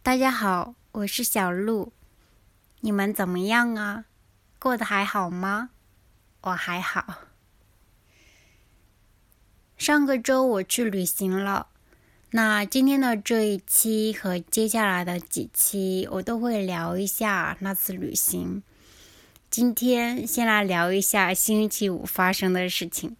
大家好，我是小鹿，你们怎么样啊？过得还好吗？我还好。上个周我去旅行了，那今天的这一期和接下来的几期我都会聊一下那次旅行。今天先来聊一下星期五发生的事情。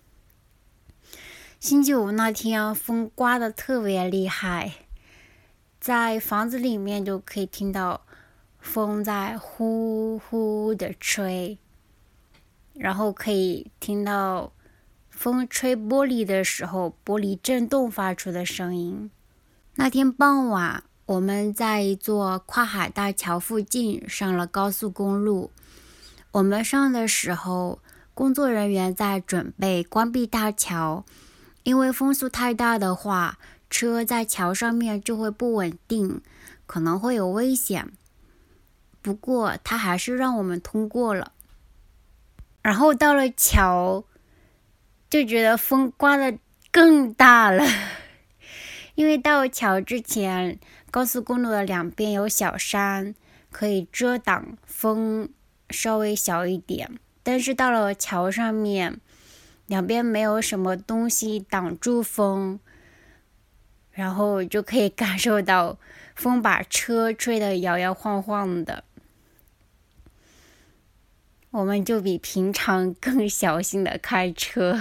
星期五那天风刮得特别厉害，在房子里面就可以听到风在呼呼的吹，然后可以听到风吹玻璃的时候玻璃震动发出的声音。那天傍晚，我们在一座跨海大桥附近上了高速公路。我们上的时候，工作人员在准备关闭大桥，因为风速太大的话，车在桥上面就会不稳定，可能会有危险。不过他还是让我们通过了。然后到了桥，就觉得风刮得更大了。因为到桥之前，高速公路的两边有小山，可以遮挡风稍微小一点。但是到了桥上面，两边没有什么东西挡住风，然后就可以感受到风把车吹得摇摇晃晃的。我们就比平常更小心的开车。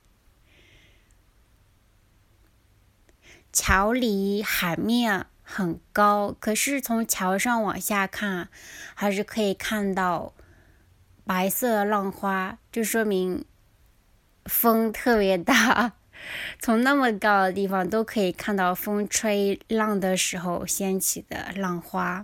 桥离海面很高，可是从桥上往下看，还是可以看到白色的浪花，就说明风特别大。从那么高的地方都可以看到风吹浪的时候掀起的浪花。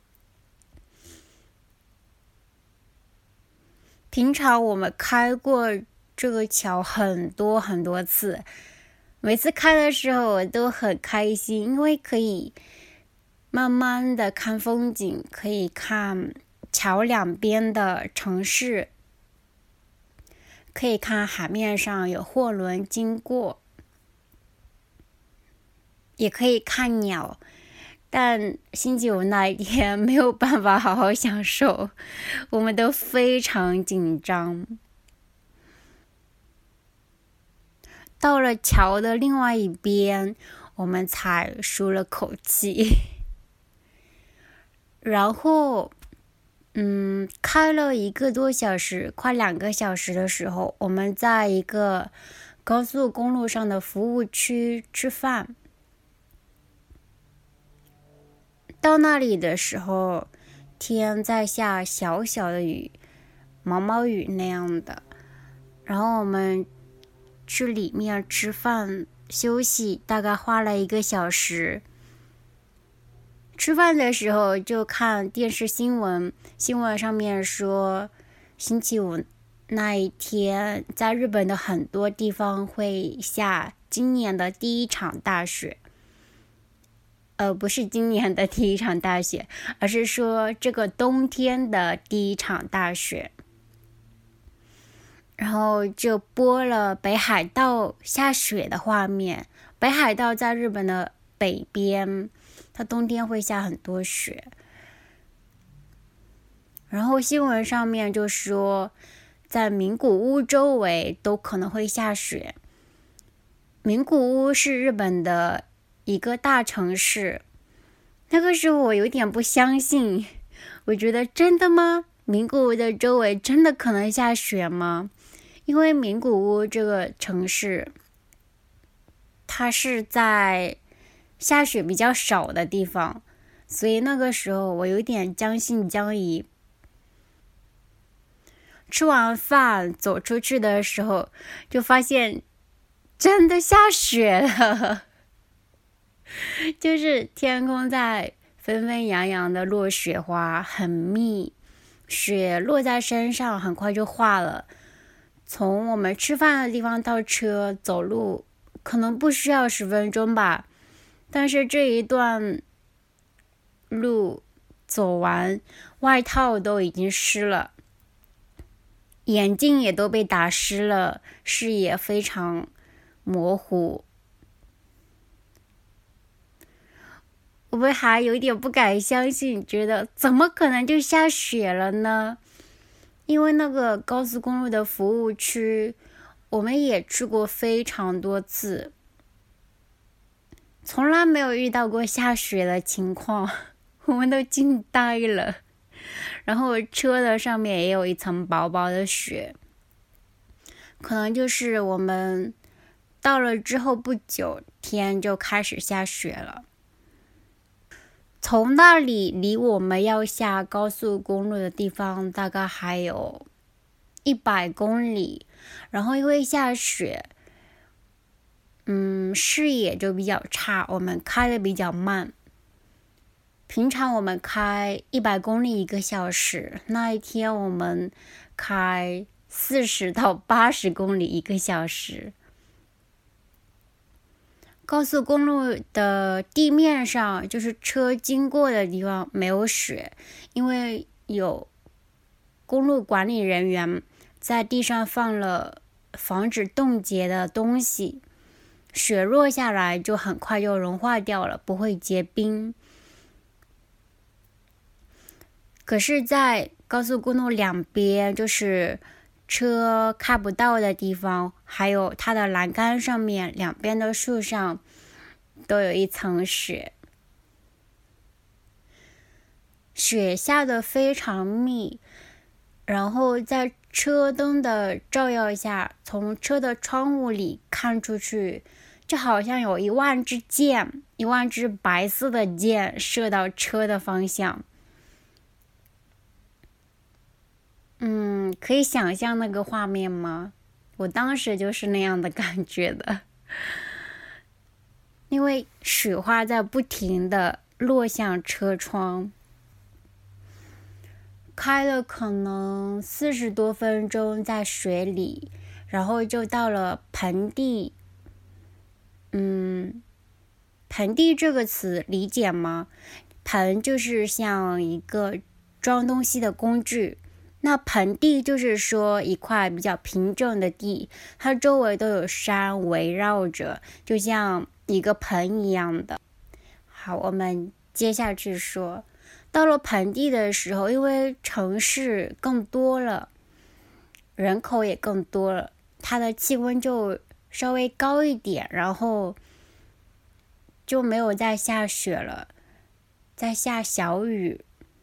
平常我们开过这个桥很多很多次，每次开的时候我都很开心，因为可以慢慢的看风景，可以看桥两边的城市，可以看海面上有货轮经过，也可以看鸟。但星期五那一天没有办法好好享受，我们都非常紧张。到了桥的另外一边，我们才舒了口气。然后开了1个多小时，快2个小时的时候，我们在一个高速公路上的服务区吃饭。到那里的时候，天在下小小的雨，毛毛雨那样的。然后我们去里面吃饭休息，大概花了1个小时。吃饭的时候就看电视新闻，新闻上面说星期五那一天在日本的很多地方会下今年的第一场大雪。不是今年的第一场大雪，而是说这个冬天的第一场大雪。然后就播了北海道下雪的画面。北海道在日本的北边，它冬天会下很多雪。然后新闻上面就说在名古屋周围都可能会下雪。名古屋是日本的一个大城市。那个时候我有点不相信，我觉得真的吗？名古屋的周围真的可能下雪吗？因为名古屋这个城市，它是在下雪比较少的地方，所以那个时候我有点将信将疑。吃完饭走出去的时候，就发现真的下雪了。就是天空在纷纷扬扬的落雪花，很密，雪落在身上很快就化了。从我们吃饭的地方到车走路可能不需要10分钟吧，但是这一段路走完，外套都已经湿了，眼镜也都被打湿了，视野非常模糊。 我们还有点不敢相信，觉得怎么可能就下雪了呢？因为那个高速公路的服务区，我们也去过非常多次，从来没有遇到过下雪的情况，我们都惊呆了。然后车的上面也有一层薄薄的雪，可能就是我们到了之后不久，天就开始下雪了。从那里离我们要下高速公路的地方大概还有100公里，然后因为下雪，视野就比较差，我们开的比较慢。平常我们开100公里1个小时，那一天我们开40到80公里1个小时。高速公路的地面上，就是车经过的地方没有雪，因为有公路管理人员在地上放了防止冻结的东西，雪落下来就很快就融化掉了，不会结冰。可是在高速公路两边，就是车看不到的地方，还有它的栏杆上面两边的树上都有一层雪，雪下得非常密，然后在车灯的照耀下，从车的窗户里看出去，就好像有10000支箭，10000支白色的箭射到车的方向。可以想象那个画面吗？我当时就是那样的感觉的，因为雪花在不停的落向车窗，开了可能40多分钟在水里，然后就到了盆地。盆地这个词理解吗？盆就是像一个装东西的工具，那盆地就是说一块比较平整的地，它周围都有山围绕着，就像一个盆一样的。好，我们接下去说，到了盆地的时候，因为城市更多了，人口也更多了，它的气温就稍微高一点，然后就没有再下雪了，在下小雨。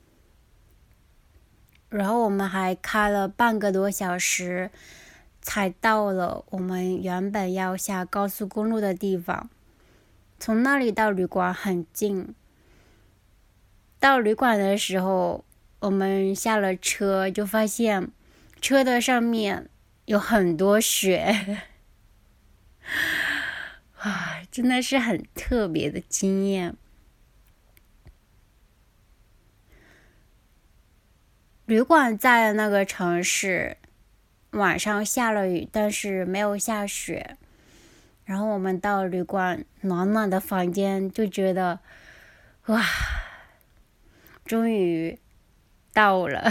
然后我们还开了半个多小时，才到了我们原本要下高速公路的地方。从那里到旅馆很近。到旅馆的时候，我们下了车，就发现车的上面有很多雪。真的是很特别的经验。旅馆在那个城市，晚上下了雨，但是没有下雪。然后我们到旅馆暖暖的房间，就觉得哇，终于到了。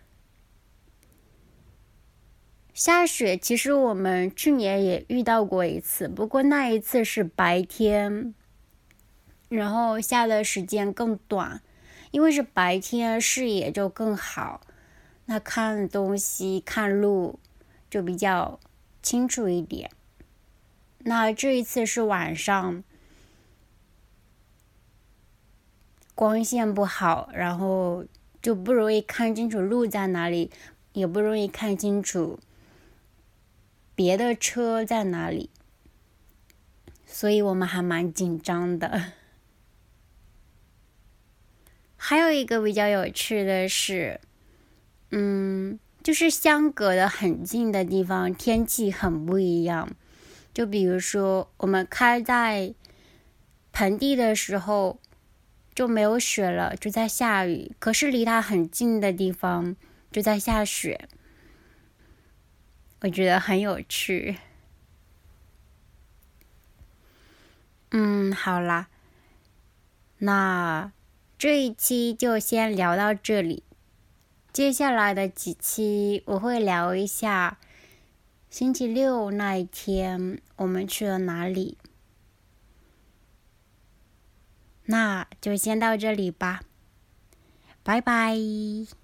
下雪其实我们去年也遇到过一次，不过那一次是白天，然后下的时间更短，因为是白天视野就更好，那看东西看路就比较清楚一点。那这一次是晚上，光线不好，然后就不容易看清楚路在哪里，也不容易看清楚别的车在哪里，所以我们还蛮紧张的。还有一个比较有趣的是，就是相隔得很近的地方天气很不一样。就比如说我们开在盆地的时候就没有雪了，就在下雨，可是离它很近的地方就在下雪，我觉得很有趣。好啦，那这一期就先聊到这里，接下来的几期我会聊一下星期六那一天我们去了哪里。 那就先到这里吧，拜拜。